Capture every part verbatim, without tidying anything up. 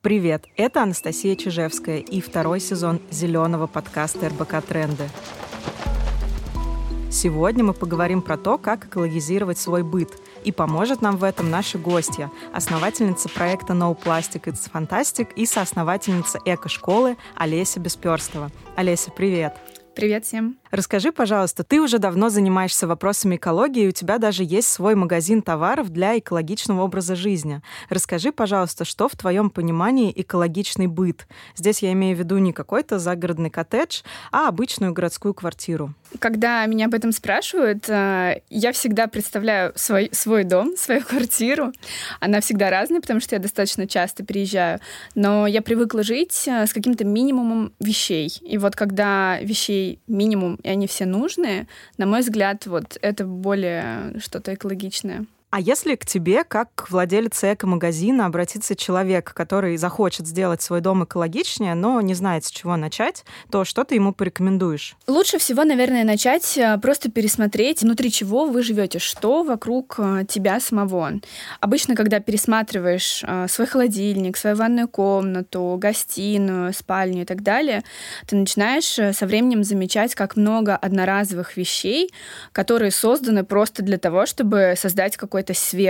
Привет, это Анастасия Чижевская и второй сезон зеленого подкаста эр бэ ка Тренды. Сегодня мы поговорим про то, как экологизировать свой быт. И поможет нам в этом наша гостья, основательница проекта No Plastic It's Fantastic и соосновательница эко-школы Олеся Бесперстова. Олеся, привет! Привет всем! Расскажи, пожалуйста, ты уже давно занимаешься вопросами экологии, и у тебя даже есть свой магазин товаров для экологичного образа жизни. Расскажи, пожалуйста, что в твоем понимании экологичный быт? Здесь я имею в виду не какой-то загородный коттедж, а обычную городскую квартиру. Когда меня об этом спрашивают, я всегда представляю свой, свой дом, свою квартиру. Она всегда разная, потому что я достаточно часто приезжаю. Но я привыкла жить с каким-то минимумом вещей. И вот когда вещей минимум, и они все нужные, на мой взгляд, вот это более что-то экологичное. А если к тебе, как к владелице эко-магазина, обратится человек, который захочет сделать свой дом экологичнее, но не знает, с чего начать, то что ты ему порекомендуешь? Лучше всего, наверное, начать просто пересмотреть, внутри чего вы живете, что вокруг тебя самого. Обычно, когда пересматриваешь свой холодильник, свою ванную комнату, гостиную, спальню и так далее, ты начинаешь со временем замечать, как много одноразовых вещей, которые созданы просто для того, чтобы создать какой-то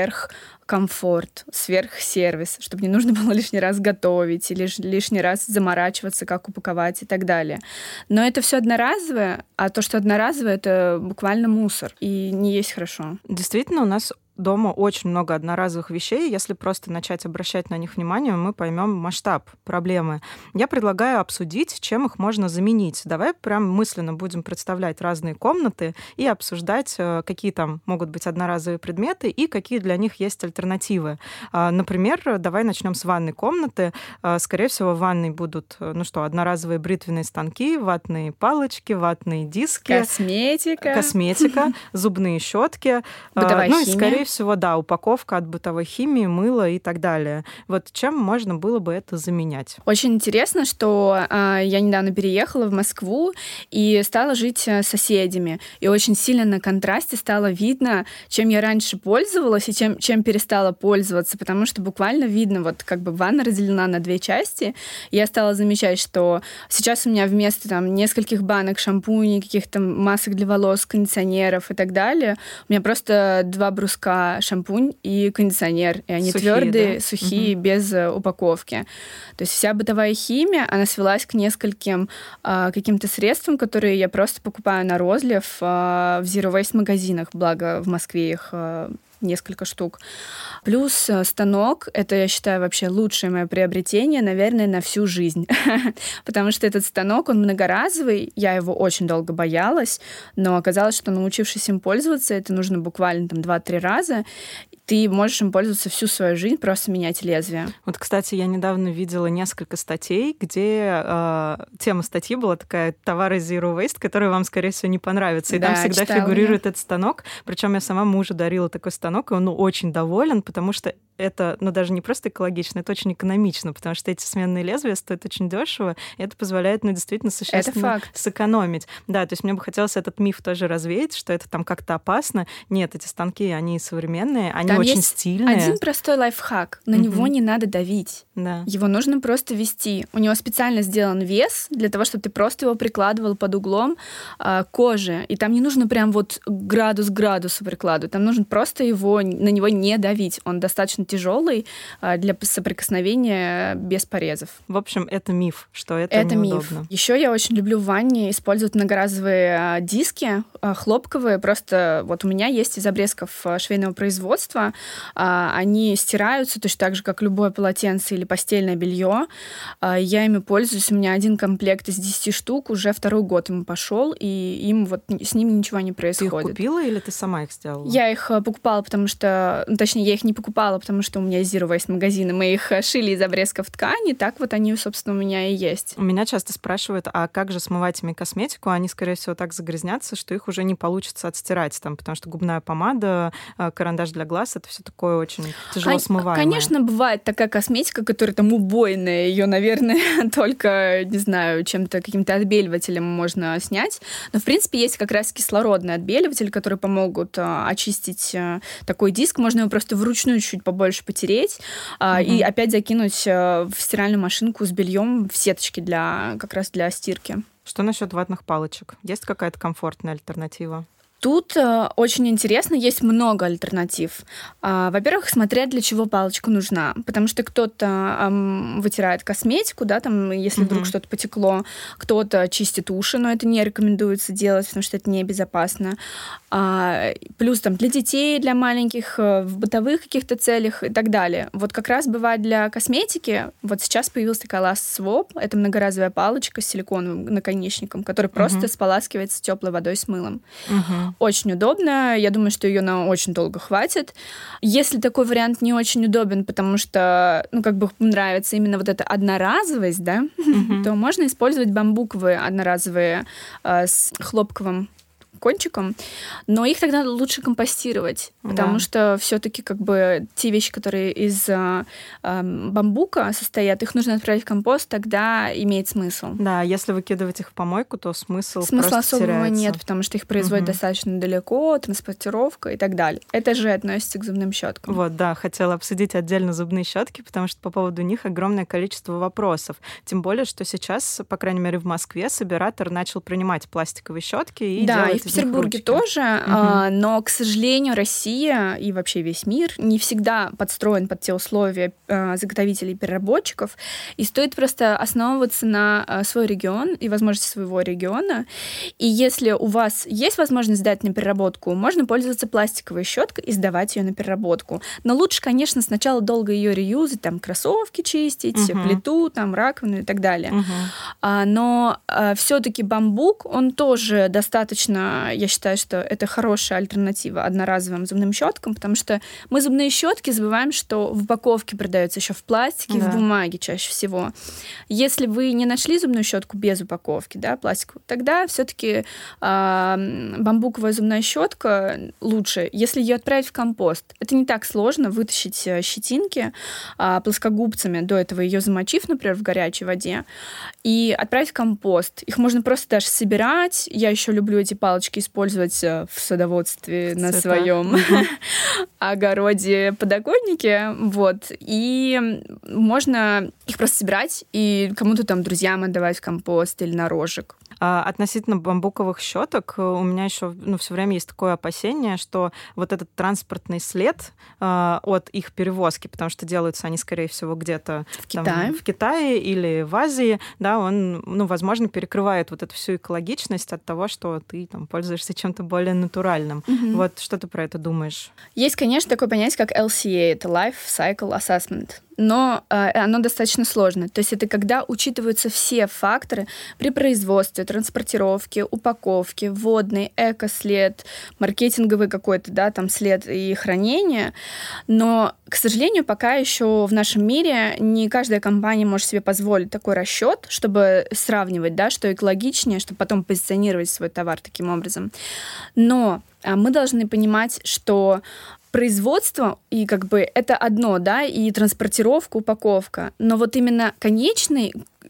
сверхкомфорт, сверхсервис, чтобы не нужно было лишний раз готовить или лишний раз заморачиваться, как упаковать и так далее. Но это все одноразовое, а то, что одноразовое, это буквально мусор, и не есть хорошо. Действительно, у нас дома очень много одноразовых вещей. Если просто начать обращать на них внимание, мы поймем масштаб проблемы. Я предлагаю обсудить, чем их можно заменить. Давай прям мысленно будем представлять разные комнаты и обсуждать, какие там могут быть одноразовые предметы и какие для них есть альтернативы. Например, давай начнем с ванной комнаты. Скорее всего, в ванной будут, ну что, одноразовые бритвенные станки, ватные палочки, ватные диски. Косметика. Косметика, зубные щетки. Бытовая ну химия. И, скорее всего, да, упаковка от бытовой химии, мыла и так далее. Вот чем можно было бы это заменять? Очень интересно, что э, я недавно переехала в Москву и стала жить с соседями. И очень сильно на контрасте стало видно, чем я раньше пользовалась и чем, чем перестала пользоваться, потому что буквально видно, вот как бы ванна разделена на две части. И я стала замечать, что сейчас у меня вместо там нескольких банок шампуней, каких-то масок для волос, кондиционеров и так далее, у меня просто два бруска шампунь и кондиционер. И они сухие, твердые, да? сухие, угу. без упаковки. То есть вся бытовая химия, она свелась к нескольким э, каким-то средствам, которые я просто покупаю на розлив э, в Zero Waste магазинах. Благо в Москве их э, несколько штук. Плюс станок — это, я считаю, вообще лучшее мое приобретение, наверное, на всю жизнь. Потому что этот станок, он многоразовый, я его очень долго боялась, но оказалось, что, научившись им пользоваться, это нужно буквально там два-три раза, ты можешь им пользоваться всю свою жизнь, просто менять лезвие. Вот, кстати, я недавно видела несколько статей, где э, тема статьи была такая «Товары Zero Waste», которые вам, скорее всего, не понравятся. И да, там всегда фигурирует я. этот станок. Причем я сама мужу дарила такой станок, и он ну, очень доволен, потому что это, ну, даже не просто экологично, это очень экономично, потому что эти сменные лезвия стоят очень дешево, и это позволяет, ну, действительно существенно сэкономить. Да, то есть мне бы хотелось этот миф тоже развеять, что это там как-то опасно. Нет, эти станки, они современные, они там очень есть стильные. Один простой лайфхак. На mm-hmm. него не надо давить. Да. Его нужно просто вести. У него специально сделан вес для того, чтобы ты просто его прикладывал под углом э, кожи. И там не нужно прям вот градус к градусу прикладывать. Там нужно просто его, на него не давить. Он достаточно тяжелый э, для соприкосновения без порезов. В общем, это миф, что это, это неудобно. Миф. Еще я очень люблю в ванне использовать многоразовые э, диски, э, хлопковые. Просто вот у меня есть из обрезков швейного производства. Э, они стираются точно так же, как любое полотенце или постельное белье. Э, я ими пользуюсь. У меня один комплект из десяти штук, уже второй год ему пошел, и им вот с ними ничего не происходит. Ты их купила или ты сама их сделала? Я их покупала, потому что... Ну, точнее, я их не покупала, потому что у меня Zero Waste магазины. Мы их шили из обрезков ткани. Так вот они, собственно, у меня и есть. У меня часто спрашивают, а как же смывать ими косметику? Они, скорее всего, так загрязнятся, что их уже не получится отстирать, там, потому что губная помада, карандаш для глаз, раз это все такое очень тяжело смываемое. Конечно, бывает такая косметика, которая там убойная, ее, наверное, только, не знаю, чем-то, каким-то отбеливателем можно снять. Но, в принципе, есть как раз кислородный отбеливатель, который помогут а, очистить а, такой диск. Можно его просто вручную чуть побольше потереть а, mm-hmm. и опять закинуть а, в стиральную машинку с бельем в сеточки для, как раз для стирки. Что насчет ватных палочек? Есть какая-то комфортная альтернатива? Тут э, очень интересно, есть много альтернатив. А, во-первых, смотря для чего палочка нужна. Потому что кто-то эм, вытирает косметику, да, там, если mm-hmm. вдруг что-то потекло, кто-то чистит уши, но это не рекомендуется делать, потому что это небезопасно. А, плюс там для детей, для маленьких, в бытовых каких-то целях и так далее. Вот как раз бывает для косметики, вот сейчас появилась такая Last Swap, это многоразовая палочка с силиконовым наконечником, который mm-hmm. просто споласкивается теплой водой с мылом. Mm-hmm. Очень удобно. Я думаю, что ее на очень долго хватит. Если такой вариант не очень удобен, потому что, ну, как бы нравится именно вот эта одноразовость, да, mm-hmm. то можно использовать бамбуковые одноразовые э, с хлопковым кончиком, но их тогда лучше компостировать, потому да. что все-таки как бы те вещи, которые из э, э, бамбука состоят, их нужно отправить в компост, тогда имеет смысл. Да, если выкидывать их в помойку, то смысл Смысла просто особого теряется. Нет, потому что их производят угу. достаточно далеко, транспортировка и так далее. Это же относится к зубным щеткам. Вот, да, хотела обсудить отдельно зубные щетки, потому что по поводу них огромное количество вопросов. Тем более, что сейчас, по крайней мере, в Москве собиратор начал принимать пластиковые щетки и да, делать и в Петербурге ручки. тоже, угу. а, но, к сожалению, Россия и вообще весь мир не всегда подстроен под те условия а, заготовителей и переработчиков, и стоит просто основываться на а, свой регион и возможности своего региона. И если у вас есть возможность сдать на переработку, можно пользоваться пластиковой щеткой и сдавать ее на переработку. Но лучше, конечно, сначала долго ее реюзать, там кроссовки чистить, угу. плиту, там раковину и так далее. Угу. А, но а, все-таки бамбук, он тоже достаточно, я считаю, что это хорошая альтернатива одноразовым зубным щеткам, потому что мы зубные щетки забываем, что в упаковке продаются еще в пластике, да. в бумаге чаще всего. Если вы не нашли зубную щетку без упаковки, да, пластиковую, тогда все-таки э, бамбуковая зубная щетка лучше, если ее отправить в компост. Это не так сложно вытащить щетинки э, плоскогубцами, до этого ее замочив, например, в горячей воде, и отправить в компост. Их можно просто даже собирать. Я еще люблю эти палочки использовать в садоводстве на своем огороде, подоконнике. Вот. И можно их просто собирать и кому-то там друзьям отдавать в компост или на рожек. Относительно бамбуковых щеток у меня еще ну, все время есть такое опасение, что вот этот транспортный след э, от их перевозки, потому что делаются они, скорее всего, где-то в, там, Китае. в Китае или в Азии, да, он, ну, возможно, перекрывает вот эту всю экологичность от того, что ты там пользуешься чем-то более натуральным. Mm-hmm. Вот что ты про это думаешь? Есть, конечно, такое понятие, как эл си эй, это Life Cycle Assessment. Но э, оно достаточно сложно. То есть это когда учитываются все факторы при производстве, транспортировке, упаковке, водный, экослед, маркетинговый какой-то, да, там след и хранение. Но, к сожалению, пока еще в нашем мире не каждая компания может себе позволить такой расчет, чтобы сравнивать, да, что экологичнее, чтобы потом позиционировать свой товар таким образом. Но э, мы должны понимать, что производство, и как бы это одно, да, и транспортировка, упаковка, но вот именно конечный,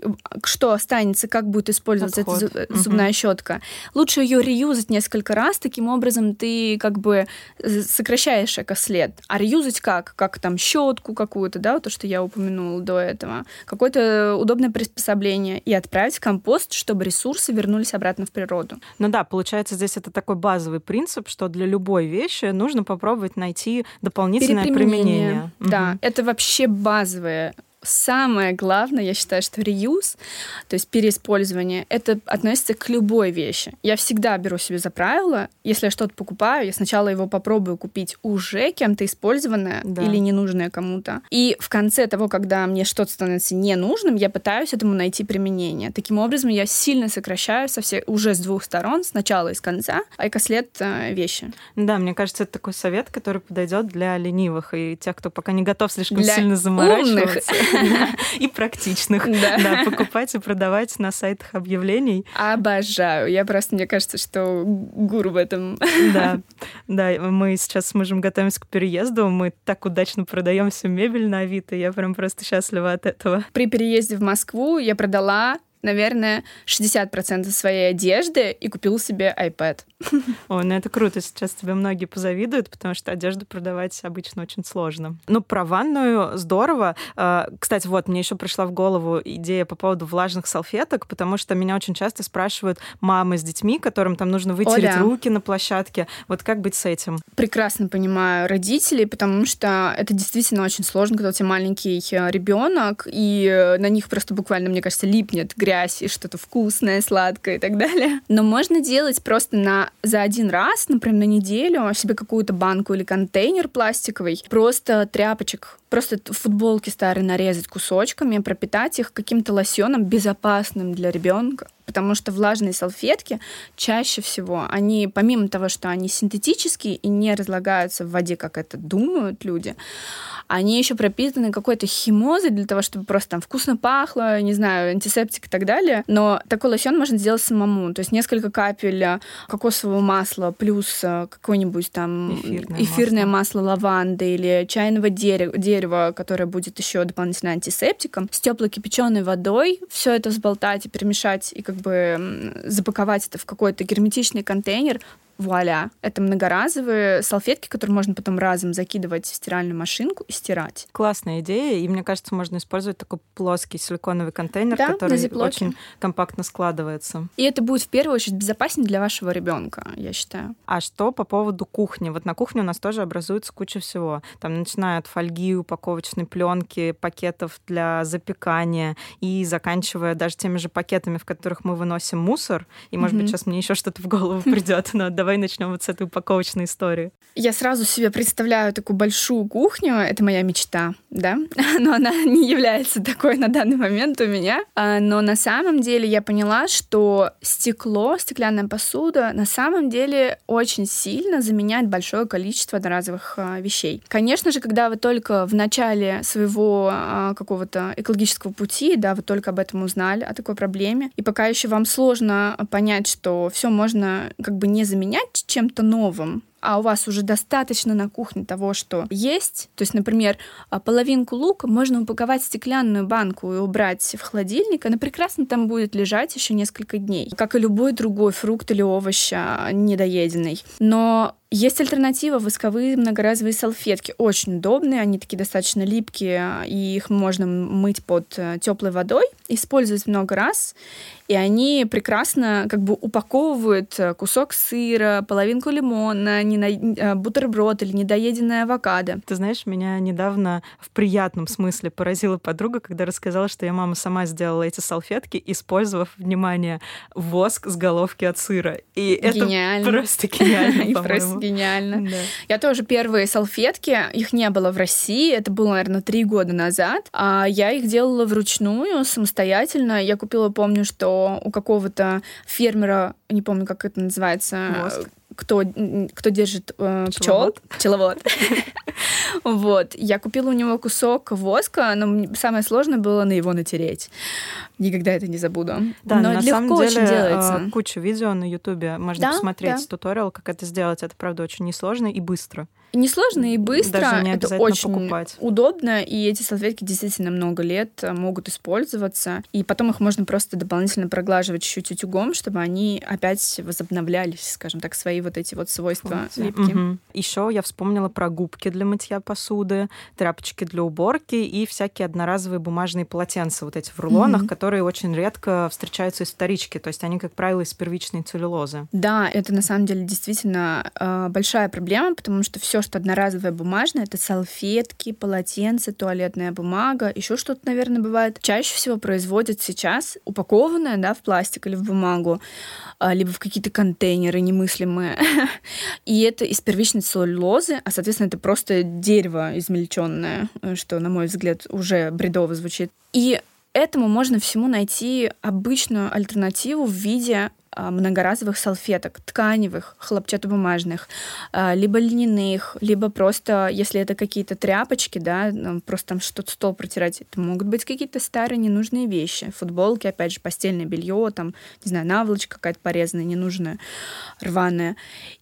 что останется, как будет использоваться Отход. эта зубная угу. щетка, лучше ее реюзать несколько раз, таким образом ты как бы сокращаешь экослед. А реюзать как? Как там щетку какую-то, да, то, что я упомянула до этого, какое-то удобное приспособление и отправить в компост, чтобы ресурсы вернулись обратно в природу. Ну да, получается, здесь это такой базовый принцип, что для любой вещи нужно попробовать найти дополнительное применение. Да, угу. это вообще базовое. Самое главное, я считаю, что реюз, то есть переиспользование, это относится к любой вещи. Я всегда беру себе за правило, если я что-то покупаю, я сначала его попробую купить уже кем-то использованное да. или ненужное кому-то. И в конце того, когда мне что-то становится ненужным, я пытаюсь этому найти применение. Таким образом, я сильно сокращаю со всех, уже с двух сторон, с начала и с конца, экослед э, вещи. Да, мне кажется, это такой совет, который подойдет для ленивых и тех, кто пока не готов слишком для сильно заморачиваться. И практичных. Да, покупать и продавать на сайтах объявлений. Обожаю. Я просто, мне кажется, что гуру в этом. Да, да. Мы сейчас с мужем готовимся к переезду. Мы так удачно продаем всю мебель на Авито. Я прям просто счастлива от этого. При переезде в Москву я продала, наверное, шестьдесят процентов своей одежды и купила себе iPad. Ой, ну это круто. Сейчас тебе многие позавидуют, потому что одежду продавать обычно очень сложно. Ну, про ванную здорово. Кстати, вот, мне еще пришла в голову идея по поводу влажных салфеток, потому что меня очень часто спрашивают мамы с детьми, которым там нужно вытереть Оля. руки на площадке. Вот как быть с этим? Прекрасно понимаю родителей, потому что это действительно очень сложно, когда у тебя маленький ребенок, и на них просто буквально, мне кажется, липнет грязь и что-то вкусное, сладкое и так далее. Но можно делать просто на, за один раз, например, на неделю себе какую-то банку или контейнер пластиковый, просто тряпочек, просто футболки старые нарезать кусочками, пропитать их каким-то лосьоном безопасным для ребенка. Потому что влажные салфетки чаще всего, они, помимо того, что они синтетические и не разлагаются в воде, как это думают люди, они еще пропитаны какой-то химозой для того, чтобы просто там вкусно пахло, не знаю, антисептик и так далее. Но такой лосьон можно сделать самому. То есть несколько капель кокосового масла плюс какое-нибудь там эфирное, эфирное масло. масло лаванды или чайного дерева, дерева, которое будет еще дополнительно антисептиком, с теплой кипяченой водой все это взболтать и перемешать и как бы запаковать это в какой-то герметичный контейнер. Вуаля! Это многоразовые салфетки, которые можно потом разом закидывать в стиральную машинку и стирать. Классная идея, и мне кажется, можно использовать такой плоский силиконовый контейнер, да, который очень компактно складывается. И это будет в первую очередь безопаснее для вашего ребенка, я считаю. А что по поводу кухни? Вот на кухне у нас тоже образуется куча всего. Там начиная от фольги, упаковочной пленки, пакетов для запекания и заканчивая даже теми же пакетами, в которых мы выносим мусор. И, может mm-hmm. быть, сейчас мне еще что-то в голову придет, но давай начнем вот с этой упаковочной истории. Я сразу себе представляю такую большую кухню. Это моя мечта, да? Но она не является такой на данный момент у меня. Но на самом деле я поняла, что стекло, стеклянная посуда на самом деле очень сильно заменяет большое количество одноразовых вещей. Конечно же, когда вы только в начале своего какого-то экологического пути, да, вы только об этом узнали, о такой проблеме, и пока еще вам сложно понять, что все можно как бы не заменять чем-то новым, а у вас уже достаточно на кухне того, что есть. То есть, например, половинку лука можно упаковать в стеклянную банку и убрать в холодильник, она прекрасно там будет лежать еще несколько дней, как и любой другой фрукт или овощ недоеденный. Но есть альтернатива — восковые многоразовые салфетки. Очень удобные, они такие достаточно липкие, и их можно мыть под теплой водой, использовать много раз, и они прекрасно как бы упаковывают кусок сыра, половинку лимона, недо... бутерброд или недоеденное авокадо. Ты знаешь, меня недавно в приятном смысле поразила подруга, когда рассказала, что ее мама сама сделала эти салфетки, использовав, внимание, воск с головки от сыра. И гениально. Это просто гениально, по-моему. Гениально. Да. Я тоже первые салфетки, их не было в России, это было, наверное, три года назад, а я их делала вручную, самостоятельно. Я купила, помню, что у какого-то фермера, не помню, как это называется, воск. Кто, кто держит э, пчел, пчеловод. Вот. Я купила у него кусок воска, но самое сложное было на его натереть. Никогда это не забуду. Да, но на легко самом деле, очень делается. Куча видео на Ютубе. Можно да, посмотреть да. туториал, как это сделать. Это, правда, очень несложно и быстро. Несложно и быстро. Даже не это обязательно очень покупать. Удобно, и эти салфетки действительно много лет могут использоваться. И потом их можно просто дополнительно проглаживать чуть-чуть утюгом, чтобы они опять возобновлялись, скажем так, свои вот эти вот свойства липкие. Угу. Еще я вспомнила про губки для мытья посуды, тряпочки для уборки и всякие одноразовые бумажные полотенца, вот эти в рулонах, угу. которые очень редко встречаются из вторички. То есть они, как правило, из первичной целлюлозы. Да, это на самом деле действительно э, большая проблема, потому что все, что одноразовое бумажное, это салфетки, полотенца, туалетная бумага, еще что-то, наверное, бывает. Чаще всего производят сейчас упакованное, да, в пластик или в бумагу, либо в какие-то контейнеры немыслимые. И это из первичной целлюлозы, а, соответственно, это просто дерево измельченное, что, на мой взгляд, уже бредово звучит. И этому можно всему найти обычную альтернативу в виде многоразовых салфеток, тканевых, хлопчатобумажных, либо льняных, либо просто, если это какие-то тряпочки, да, просто там что-то стол протирать, это могут быть какие-то старые ненужные вещи, футболки, опять же, постельное белье, там, не знаю, наволочка какая-то порезанная, ненужная, рваная.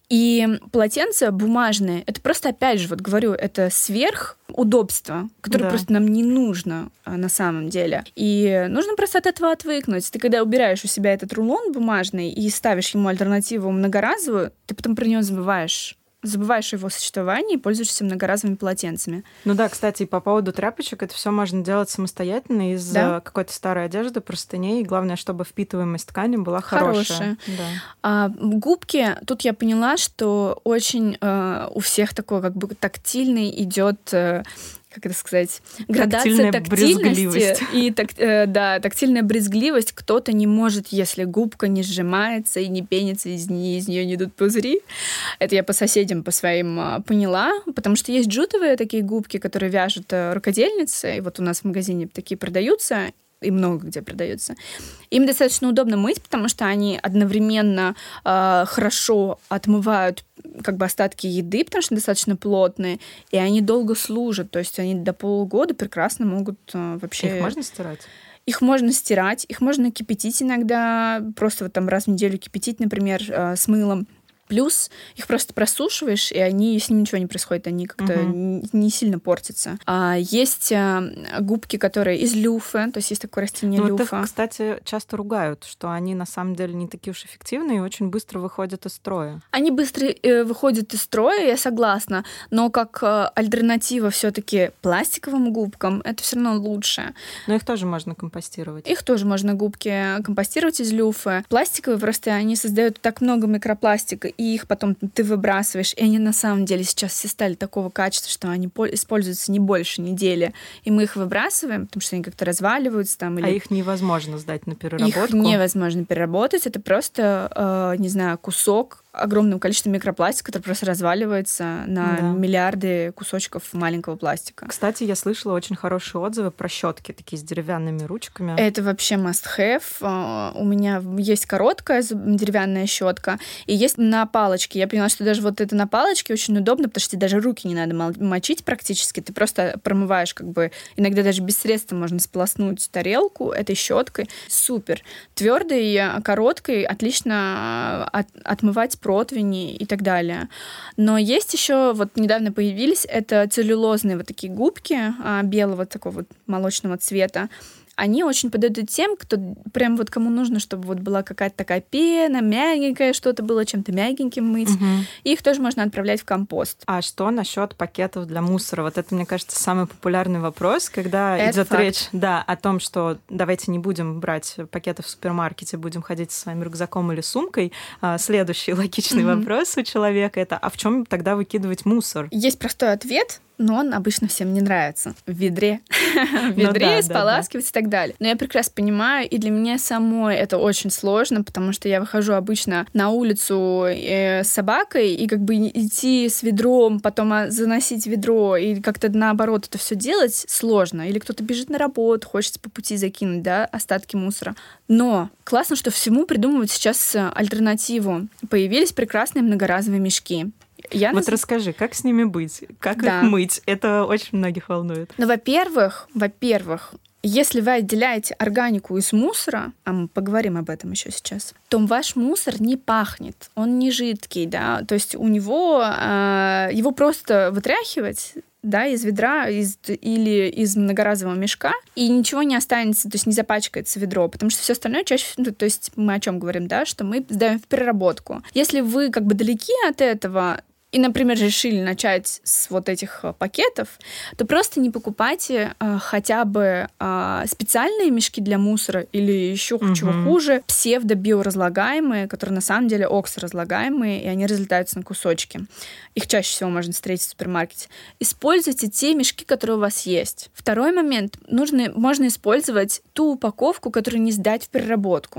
И полотенца бумажные, это просто, опять же, вот говорю, это сверхудобство, которое да. просто нам не нужно а, на самом деле. И нужно просто от этого отвыкнуть. Ты когда убираешь у себя этот рулон бумажный и ставишь ему альтернативу многоразовую, ты потом про него забываешь. Забываешь о его существовании и пользуешься многоразовыми полотенцами. Ну да, кстати, по поводу тряпочек, это все можно делать самостоятельно из да? какой-то старой одежды, простыней. И главное, чтобы впитываемость ткани была хорошая. Хорошая. Да. А, губки, тут я поняла, что очень э, у всех такой как бы тактильный идет. Э, как это сказать, градация тактильности и так, э, да, тактильная брезгливость. Кто-то не может, если губка не сжимается и не пенится, из, не, из нее не идут пузыри. Это я по соседям по своим э, поняла, потому что есть джутовые такие губки, которые вяжут э, рукодельницы, и вот у нас в магазине такие продаются, и много где продаются. Им достаточно удобно мыть, потому что они одновременно э, хорошо отмывают как бы остатки еды, потому что достаточно плотные, и они долго служат, то есть они до полугода прекрасно могут э, вообще... Их можно стирать? Их можно стирать, их можно кипятить иногда, просто вот там раз в неделю кипятить, например, э, с мылом. Плюс их просто просушиваешь, и они, с ними ничего не происходит, они как-то uh-huh. не сильно портятся. А есть а, губки, которые из люфы, то есть есть такое растение ну, люфа. Это, кстати, часто ругают, что они на самом деле не такие уж эффективные и очень быстро выходят из строя. Они быстро э, выходят из строя, я согласна, но как э, альтернатива все-таки пластиковым губкам это все равно лучше. Но их тоже можно компостировать. Их тоже можно губки компостировать из люфы. Пластиковые просто они создают так много микропластика, и их потом ты выбрасываешь, и они на самом деле сейчас все стали такого качества, что они используются не больше недели, и мы их выбрасываем, потому что они как-то разваливаются там. Или... А их невозможно сдать на переработку? Их невозможно переработать, это просто, э, не знаю, кусок огромным количеством микропластика, который просто разваливается на да. миллиарды кусочков маленького пластика. Кстати, я слышала очень хорошие отзывы про щетки, такие с деревянными ручками. Это вообще must-have. У меня есть короткая деревянная щетка, и есть на палочке. Я поняла, что даже вот это на палочке очень удобно, потому что тебе даже руки не надо мочить практически. Ты просто промываешь, как бы, иногда даже без средства можно сполоснуть тарелку этой щеткой. Супер. Твердой, короткой, отлично от, отмывать противни и так далее. Но есть еще, вот недавно появились, это целлюлозные вот такие губки а, белого такого вот молочного цвета. Они очень подойдут тем, кто прям вот кому нужно, чтобы вот была какая-то такая пена, мягенькая, что-то было чем-то мягеньким мыть. Угу. Их тоже можно отправлять в компост. А что насчет пакетов для мусора? Вот это, мне кажется, самый популярный вопрос, когда это идет факт. речь, да, о том, что давайте не будем брать пакеты в супермаркете, будем ходить со своим рюкзаком или сумкой. Следующий логичный угу. вопрос у человека это: а в чем тогда выкидывать мусор? Есть простой ответ, но он обычно всем не нравится. В ведре. В ведре, споласкивать и так далее. Но я прекрасно понимаю, и для меня самой это очень сложно, потому что я выхожу обычно на улицу с собакой, и как бы идти с ведром, потом заносить ведро, и как-то наоборот это все делать сложно. Или кто-то бежит на работу, хочется по пути закинуть, да, остатки мусора. Но классно, что всему придумывают сейчас альтернативу. Появились прекрасные многоразовые мешки. Я вот наз... расскажи, как с ними быть, как да. их мыть? Это очень многих волнует. Ну, во-первых, во-первых, если вы отделяете органику из мусора, а мы поговорим об этом еще сейчас, то ваш мусор не пахнет, он не жидкий, да, то есть у него э, его просто вытряхивать, да, из ведра из, или из многоразового мешка, и ничего не останется, то есть не запачкается ведро, потому что все остальное чаще, ну, то есть мы о чем говорим, да, что мы сдаем в переработку. Если вы как бы далеки от этого, и, например, решили начать с вот этих пакетов, то просто не покупайте а, хотя бы а, специальные мешки для мусора или еще угу. чего хуже, псевдобиоразлагаемые, которые на самом деле оксоразлагаемые, и они разлетаются на кусочки. Их чаще всего можно встретить в супермаркете. Используйте те мешки, которые у вас есть. Второй момент. Нужно, можно использовать ту упаковку, которую не сдать в переработку.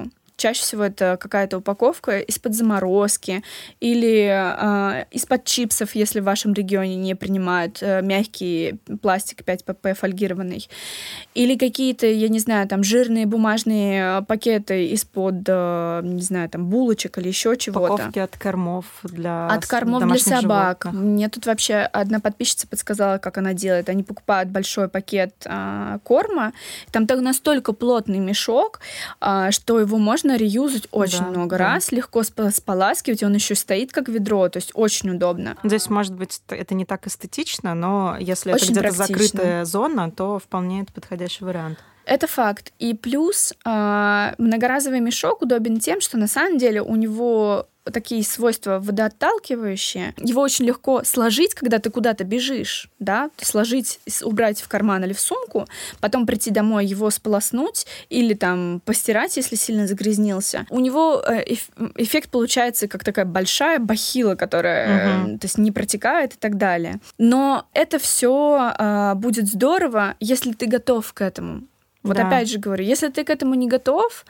чаще всего это какая-то упаковка из-под заморозки или э, из-под чипсов, если в вашем регионе не принимают э, мягкий пластик пять пэ пэ фольгированный. Или какие-то, я не знаю, там жирные бумажные пакеты из-под, э, не знаю, там булочек или еще чего-то. Упаковки от кормов для От кормов для собак. Животных. Мне тут вообще одна подписчица подсказала, как она делает. Они покупают большой пакет э, корма, там так настолько плотный мешок, э, что его можно реюзать очень да, много да. раз, легко споласкивать, и он еще стоит как ведро, то есть очень удобно. Здесь, может быть, это не так эстетично, но если очень это где-то практично. Закрытая зона, то вполне это подходящий вариант. Это факт. И плюс э, многоразовый мешок удобен тем, что на самом деле у него такие свойства водоотталкивающие. Его очень легко сложить, когда ты куда-то бежишь, да, сложить, убрать в карман или в сумку, потом прийти домой, его сполоснуть или там постирать, если сильно загрязнился. У него эффект получается как такая большая бахила, которая угу. то есть не протекает и так далее. Но это все э, будет здорово, если ты готов к этому. Вот да. опять же говорю, если ты к этому не готов,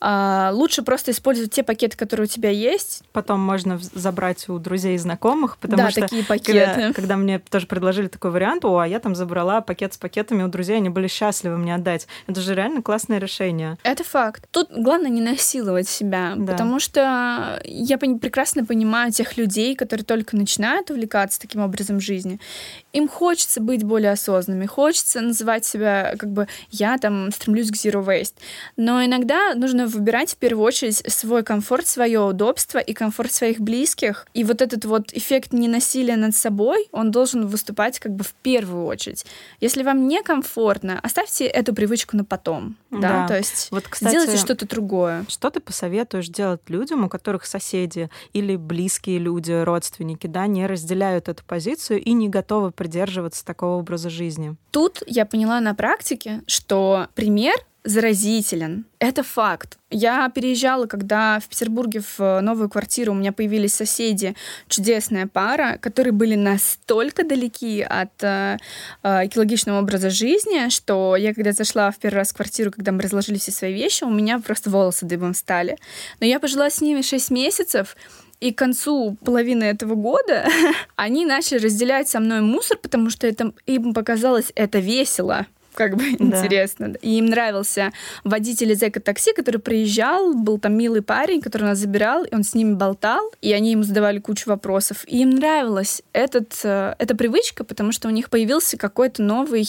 лучше просто использовать те пакеты, которые у тебя есть. Потом можно забрать у друзей и знакомых, потому да, что такие пакеты. Когда, когда мне тоже предложили такой вариант, о, а я там забрала пакет с пакетами у друзей, они были счастливы мне отдать. Это же реально классное решение. Это факт. Тут главное не насиловать себя, да. потому что я прекрасно понимаю тех людей, которые только начинают увлекаться таким образом жизни. Им хочется быть более осознанными, хочется называть себя как бы «я там стремлюсь к zero waste». Но иногда нужно выбирать в первую очередь свой комфорт, свое удобство и комфорт своих близких. И вот этот вот эффект ненасилия над собой, он должен выступать как бы в первую очередь. Если вам некомфортно, оставьте эту привычку на потом. Да, да? То есть вот, кстати, сделайте что-то другое. Что ты посоветуешь делать людям, у которых соседи или близкие люди, родственники, да, не разделяют эту позицию и не готовы придерживаться такого образа жизни? Тут я поняла на практике, что пример заразителен. Это факт. Я переезжала, когда в Петербурге в новую квартиру у меня появились соседи, чудесная пара, которые были настолько далеки от э, экологичного образа жизни, что я, когда зашла в первый раз в квартиру, когда мы разложили все свои вещи, у меня просто волосы дыбом стали. Но я пожила с ними шесть месяцев, и к концу половины этого года они начали разделять со мной мусор, потому что это, им показалось это весело. Как бы да. интересно. И им нравился водитель из эко-такси, который приезжал, был там милый парень, который нас забирал, и он с ними болтал, и они ему задавали кучу вопросов. И им нравилась этот, эта привычка, потому что у них появился какой-то новый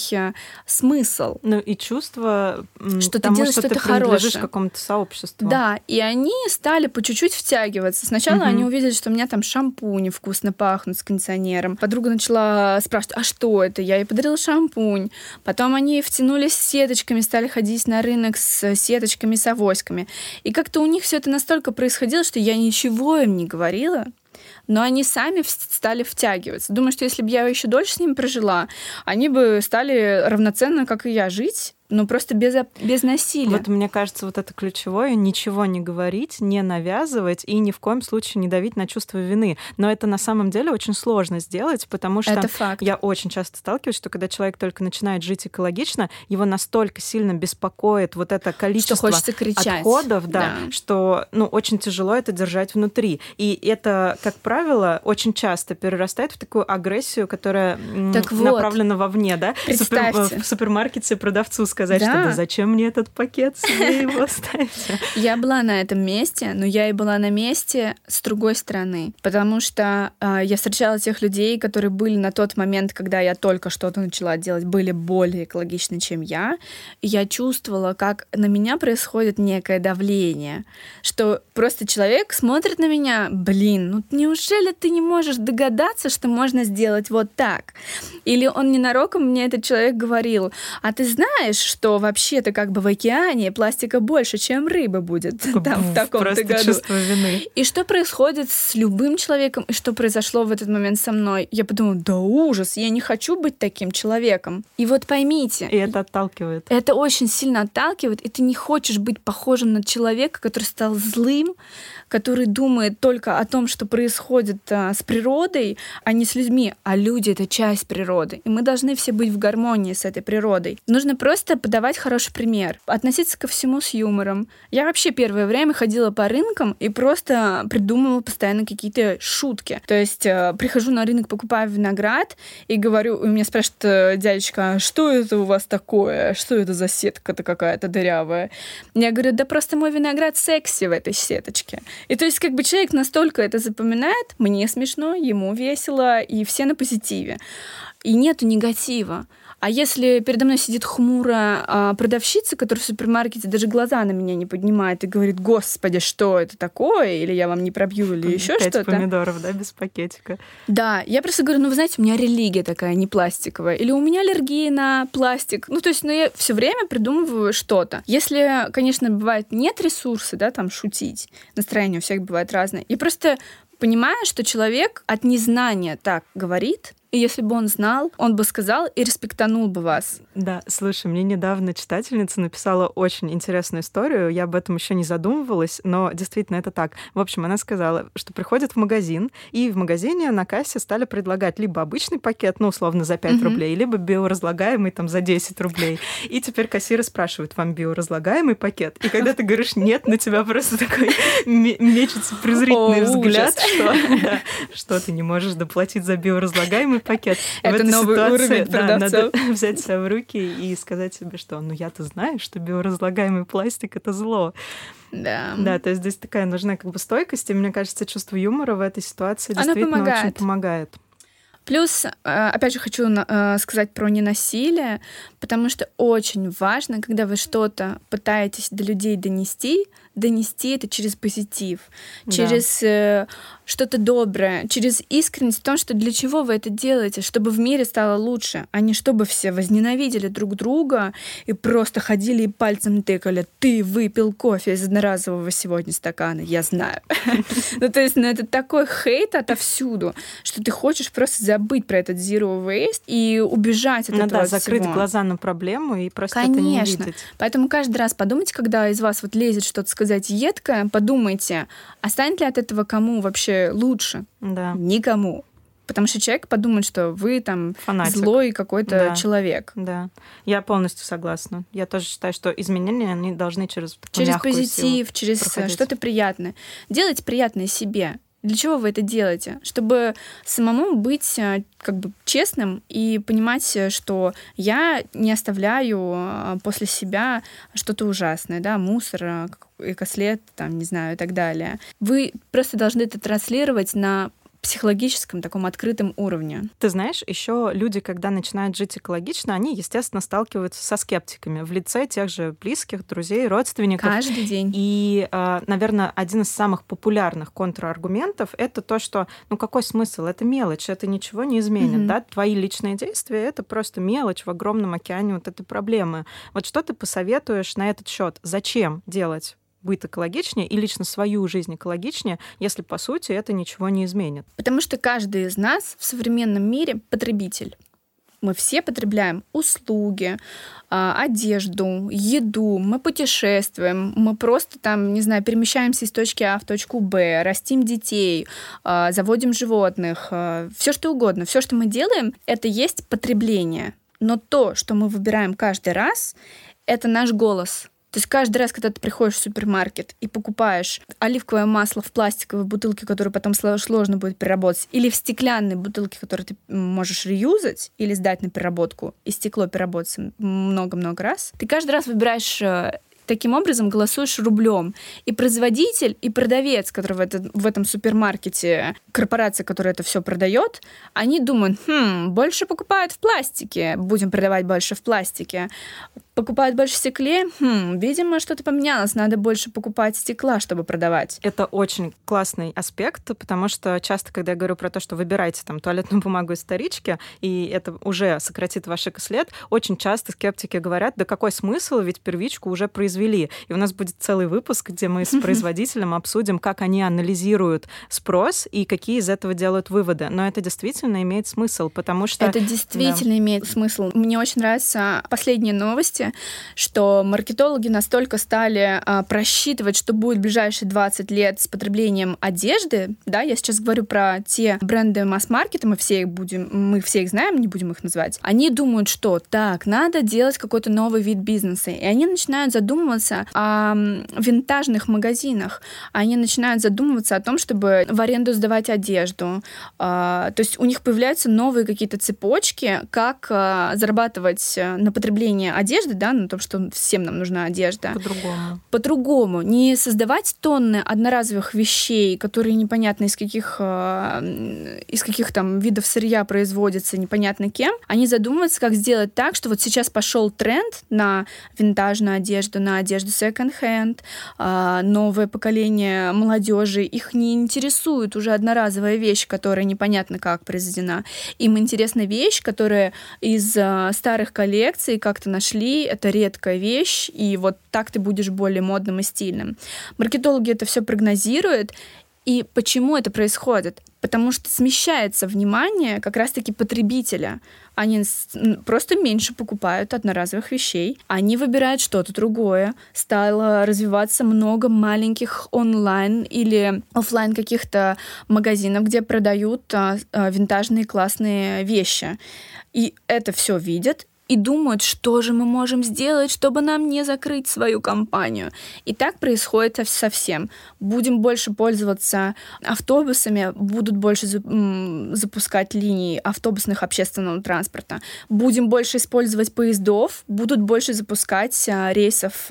смысл. Ну и чувство, что тому, ты делаешь что что-то ты принадлежишь хорошее. К какому-то сообществу. Да, и они стали по чуть-чуть втягиваться. Сначала угу. они увидели, что у меня там шампуни вкусно пахнут с кондиционером. Подруга начала спрашивать, а что это? Я ей подарила шампунь. Потом они втянулись с сеточками, стали ходить на рынок с сеточками, с авоськами. И как-то у них все это настолько происходило, что я ничего им не говорила, но они сами стали втягиваться. Думаю, что если бы я еще дольше с ними прожила, они бы стали равноценно, как и я, жить, но просто без, без насилия. Вот мне кажется, вот это ключевое — ничего не говорить, не навязывать и ни в коем случае не давить на чувство вины. Но это на самом деле очень сложно сделать, потому что я очень часто сталкиваюсь, что когда человек только начинает жить экологично, его настолько сильно беспокоит вот это количество отходов, да, да. что ну, очень тяжело это держать внутри. И это, как правило, очень часто перерастает в такую агрессию, которая так направлена вот. вовне. Да? Супер, в супермаркете продавцу сказать, сказать, да. что да зачем мне этот пакет, себе его ставите. Я была на этом месте, но я и была на месте с другой стороны, потому что э, я встречала тех людей, которые были на тот момент, когда я только что-то начала делать, были более экологичны, чем я, и я чувствовала, как на меня происходит некое давление, что просто человек смотрит на меня, блин, ну неужели ты не можешь догадаться, что можно сделать вот так? Или он ненароком мне этот человек говорил, а ты знаешь, что вообще-то как бы в океане пластика больше, чем рыбы будет там в таком-то году. Чувство вины. И что происходит с любым человеком, и что произошло в этот момент со мной? Я подумала, да ужас, я не хочу быть таким человеком. И вот поймите. И это отталкивает. Это очень сильно отталкивает, и ты не хочешь быть похожим на человека, который стал злым, который думает только о том, что происходит а, с природой, а не с людьми. А люди — это часть природы. И мы должны все быть в гармонии с этой природой. Нужно просто подавать хороший пример, относиться ко всему с юмором. Я вообще первое время ходила по рынкам и просто придумывала постоянно какие-то шутки. То есть э, прихожу на рынок, покупаю виноград и говорю, у меня спрашивает дядечка, что это у вас такое? Что это за сетка-то какая-то дырявая? Я говорю, да просто мой виноград секси в этой сеточке. И то есть как бы человек настолько это запоминает, мне смешно, ему весело, и все на позитиве. И нету негатива. А если передо мной сидит хмурая а, продавщица, которая в супермаркете даже глаза на меня не поднимает и говорит, господи, что это такое? Или я вам не пробью, или еще что-то. Пять помидоров, да, без пакетика. Да, я просто говорю, ну, вы знаете, у меня религия такая, не пластиковая. Или у меня аллергия на пластик. Ну, то есть, ну, я все время придумываю что-то. Если, конечно, бывает, нет ресурса, да, там, шутить, настроение у всех бывает разное. Я просто понимаю, что человек от незнания так говорит, и если бы он знал, он бы сказал и респектанул бы вас. Да, слушай, мне недавно читательница написала очень интересную историю. Я об этом еще не задумывалась, но действительно это так. В общем, она сказала, что приходит в магазин, и в магазине на кассе стали предлагать либо обычный пакет, ну, условно, за пять mm-hmm. рублей, либо биоразлагаемый там за десять рублей. И теперь кассиры спрашивают, вам биоразлагаемый пакет? И когда ты говоришь нет, на тебя просто такой мечется презрительный взгляд, что ты не можешь доплатить за биоразлагаемый пакет. Это новый уровень продавцов. Надо взять себя в руки и сказать себе, что ну я-то знаю, что биоразлагаемый пластик — это зло. Да. Да, то есть здесь такая нужна как бы стойкость, и мне кажется, чувство юмора в этой ситуации действительно помогает. очень помогает. Плюс, опять же, хочу сказать про ненасилие, потому что очень важно, когда вы что-то пытаетесь до людей донести, донести это через позитив, да. через э, что-то доброе, через искренность в том, что для чего вы это делаете, чтобы в мире стало лучше, а не чтобы все возненавидели друг друга и просто ходили и пальцем тыкали. Ты выпил кофе из одноразового сегодня стакана, я знаю. Ну, то есть, ну, это такой хейт отовсюду, что ты хочешь просто забыть про этот zero waste и убежать от ну, этого да, закрыть всего. глаза на проблему и просто Конечно. это не видеть. Поэтому каждый раз подумайте, когда из вас вот лезет что-то сказать едкое, подумайте, а станет ли от этого кому вообще лучше? Да. Никому. Потому что человек подумает, что вы там фанатик. Злой какой-то да. человек. Да, я полностью согласна. Я тоже считаю, что изменения, они должны через Через позитив, через проходить. Что-то приятное. Делайте приятное себе. Для чего вы это делаете? Чтобы самому быть как бы честным и понимать, что я не оставляю после себя что-то ужасное, да, мусор, экослед, там, не знаю, и так далее. Вы просто должны это транслировать на психологическом таком открытом уровне. Ты знаешь, еще люди, когда начинают жить экологично, они, естественно, сталкиваются со скептиками в лице тех же близких, друзей, родственников. Каждый день. И, наверное, один из самых популярных контраргументов — это то, что, ну какой смысл? Это мелочь, это ничего не изменит. Mm-hmm. Да? Твои личные действия — это просто мелочь в огромном океане вот этой проблемы. Вот что ты посоветуешь на этот счет? Зачем делать быт экологичнее и лично свою жизнь экологичнее, если, по сути, это ничего не изменит? Потому что каждый из нас в современном мире потребитель. Мы все потребляем услуги, одежду, еду, мы путешествуем, мы просто там, не знаю, перемещаемся из точки А в точку Б, растим детей, заводим животных, все что угодно. Все, что мы делаем, это есть потребление. Но то, что мы выбираем каждый раз, это наш голос. То есть каждый раз, когда ты приходишь в супермаркет и покупаешь оливковое масло в пластиковой бутылке, которую потом сложно будет переработать, или в стеклянной бутылке, которую ты можешь реюзать или сдать на переработку, и стекло переработается много-много раз, ты каждый раз выбираешь... Таким образом голосуешь рублем. И производитель, и продавец, который в, это, в этом супермаркете, корпорация, которая это все продает, они думают, хм, больше покупают в пластике, будем продавать больше в пластике. Покупают больше в стекле, хм, видимо, что-то поменялось, надо больше покупать стекла, чтобы продавать. Это очень классный аспект, потому что часто, когда я говорю про то, что выбирайте там туалетную бумагу из вторички, и это уже сократит ваш экослед, очень часто скептики говорят, да какой смысл, ведь первичку уже произвели. И у нас будет целый выпуск, где мы с производителем обсудим, как они анализируют спрос и какие из этого делают выводы. Но это действительно имеет смысл, потому что... Это действительно да. имеет смысл. Мне очень нравятся последние новости. маркетинге, что маркетологи настолько стали а, просчитывать, что будет в ближайшие двадцать лет с потреблением одежды, да, я сейчас говорю про те бренды масс-маркета, мы все их будем, мы все их знаем, не будем их называть, они думают, что так, надо делать какой-то новый вид бизнеса, и они начинают задумываться о винтажных магазинах, они начинают задумываться о том, чтобы в аренду сдавать одежду, а, то есть у них появляются новые какие-то цепочки, как а, зарабатывать на потребление одежды, да, на том, что всем нам нужна одежда. По-другому. По-другому. Не создавать тонны одноразовых вещей, которые непонятно из каких, э, из каких там видов сырья производятся, непонятно кем. Они задумываются, как сделать так, что вот сейчас пошел тренд на винтажную одежду, на одежду секонд-хенд, э, новое поколение молодежи. Их не интересует уже одноразовая вещь, которая непонятно как произведена. Им интересна вещь, которая из э, старых коллекций как-то нашли, это редкая вещь, и вот так ты будешь более модным и стильным. Маркетологи это все прогнозируют. И почему это происходит? Потому что смещается внимание как раз-таки потребителя. Они просто меньше покупают одноразовых вещей. Они выбирают что-то другое. Стало развиваться много маленьких онлайн или офлайн каких-то магазинов, где продают а, а, винтажные классные вещи. И это все видят и думают, что же мы можем сделать, чтобы нам не закрыть свою компанию. И так происходит со всем. Будем больше пользоваться автобусами, будут больше запускать линии автобусных общественного транспорта. Будем больше использовать поездов, будут больше запускать рейсов.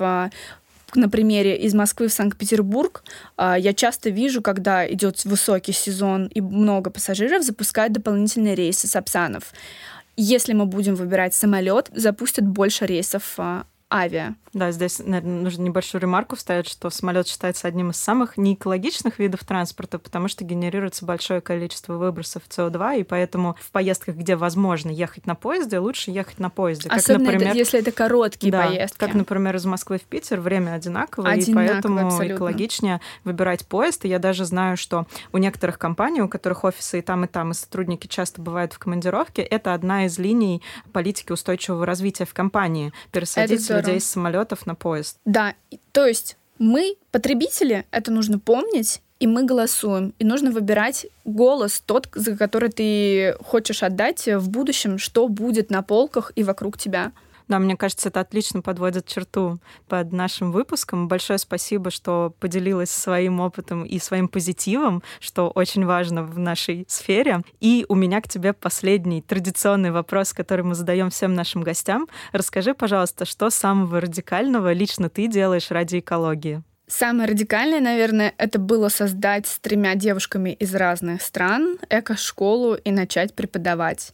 На примере из Москвы в Санкт-Петербург я часто вижу, когда идет высокий сезон и много пассажиров, запускают дополнительные рейсы Сапсанов. Если мы будем выбирать самолет, запустят больше рейсов а, авиа. Да, здесь, наверное, нужно небольшую ремарку вставить, что самолет считается одним из самых неэкологичных видов транспорта, потому что генерируется большое количество выбросов си о два, и поэтому в поездках, где возможно ехать на поезде, лучше ехать на поезде. Особенно как, например, это, если это короткие да, поездки. Как, например, из Москвы в Питер время одинаковое, Одинаково, и поэтому абсолютно. Экологичнее выбирать поезд. И я даже знаю, что у некоторых компаний, у которых офисы и там, и там, и сотрудники часто бывают в командировке, это одна из линий политики устойчивого развития в компании — пересадить людей с самолетов на поезд. Да, то есть мы, потребители, это нужно помнить, и мы голосуем. И нужно выбирать голос, тот, за который ты хочешь отдать в будущем, что будет на полках и вокруг тебя. Да, мне кажется, это отлично подводит черту под нашим выпуском. Большое спасибо, что поделилась своим опытом и своим позитивом, что очень важно в нашей сфере. И у меня к тебе последний традиционный вопрос, который мы задаем всем нашим гостям. Расскажи, пожалуйста, что самого радикального лично ты делаешь ради экологии? Самое радикальное, наверное, это было создать с тремя девушками из разных стран эко-школу и начать преподавать.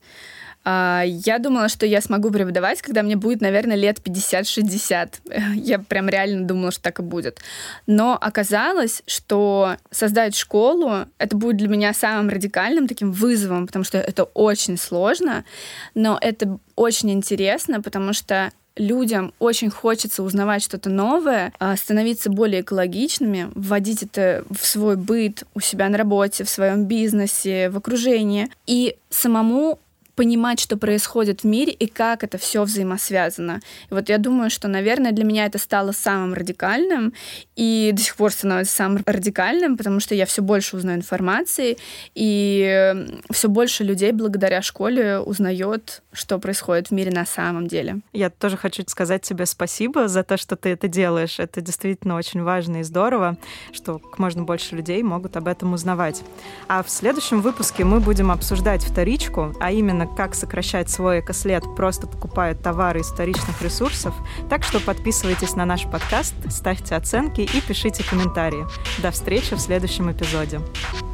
Я думала, что я смогу преподавать, когда мне будет, наверное, лет пятьдесят-шестьдесят. Я прям реально думала, что так и будет. Но оказалось, что создать школу — это будет для меня самым радикальным таким вызовом, потому что это очень сложно, но это очень интересно, потому что людям очень хочется узнавать что-то новое, становиться более экологичными, вводить это в свой быт, у себя на работе, в своем бизнесе, в окружении, и самому понимать, что происходит в мире и как это все взаимосвязано. И вот я думаю, что, наверное, для меня это стало самым радикальным и до сих пор становится самым радикальным, потому что я все больше узнаю информации, и все больше людей благодаря школе узнает, что происходит в мире на самом деле. Я тоже хочу сказать тебе спасибо за то, что ты это делаешь. Это действительно очень важно и здорово, что как можно больше людей могут об этом узнавать. А в следующем выпуске мы будем обсуждать вторичку, а именно как сокращать свой экослед, просто покупая товары из вторичных ресурсов. Так что подписывайтесь на наш подкаст, ставьте оценки и пишите комментарии. До встречи в следующем эпизоде.